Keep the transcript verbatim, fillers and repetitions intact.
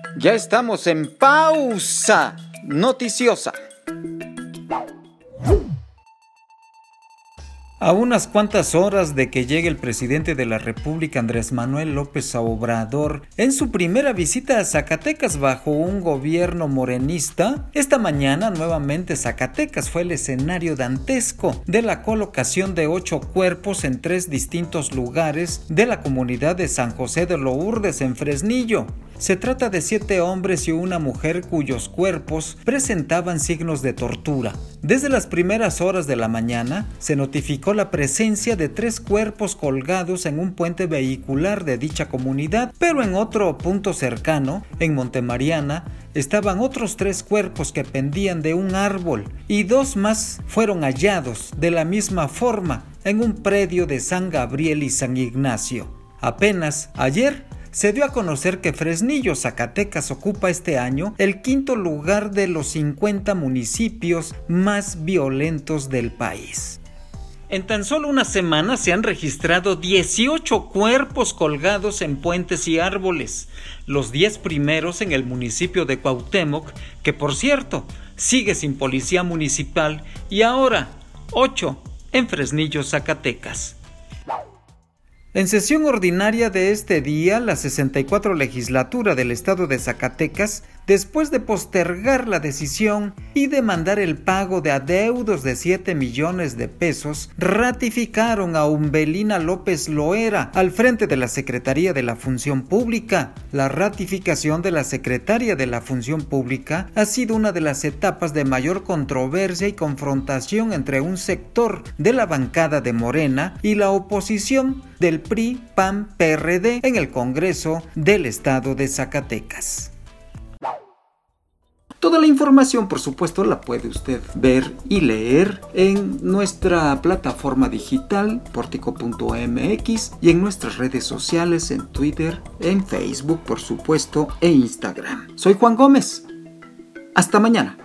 Ya estamos en pausa noticiosa. A unas cuantas horas de que llegue el presidente de la República, Andrés Manuel López Obrador, en su primera visita a Zacatecas bajo un gobierno morenista, esta mañana nuevamente Zacatecas fue el escenario dantesco de la colocación de ocho cuerpos en tres distintos lugares de la comunidad de San José de Lourdes en Fresnillo. Se trata de siete hombres y una mujer cuyos cuerpos presentaban signos de tortura. Desde las primeras horas de la mañana se notificó la presencia de tres cuerpos colgados en un puente vehicular de dicha comunidad, pero en otro punto cercano, en Montemariana, estaban otros tres cuerpos que pendían de un árbol y dos más fueron hallados de la misma forma en un predio de San Gabriel y San Ignacio. Apenas ayer se dio a conocer que Fresnillo, Zacatecas, ocupa este año el quinto lugar de los cincuenta municipios más violentos del país. En tan solo una semana se han registrado dieciocho cuerpos colgados en puentes y árboles, los diez primeros en el municipio de Cuauhtémoc, que por cierto sigue sin policía municipal, y ahora ocho en Fresnillo, Zacatecas. En sesión ordinaria de este día, la sesenta y cuatro legislatura del estado de Zacatecas, después de postergar la decisión y demandar el pago de adeudos de siete millones de pesos, ratificaron a Umbelina López Loera al frente de la Secretaría de la Función Pública. La ratificación de la Secretaria de la Función Pública ha sido una de las etapas de mayor controversia y confrontación entre un sector de la bancada de Morena y la oposición del P R I, P A N, P R D en el Congreso del estado de Zacatecas. Toda la información, por supuesto, la puede usted ver y leer en nuestra plataforma digital portico punto m x y en nuestras redes sociales, en Twitter, en Facebook, por supuesto, e Instagram. Soy Juan Gómez. Hasta mañana.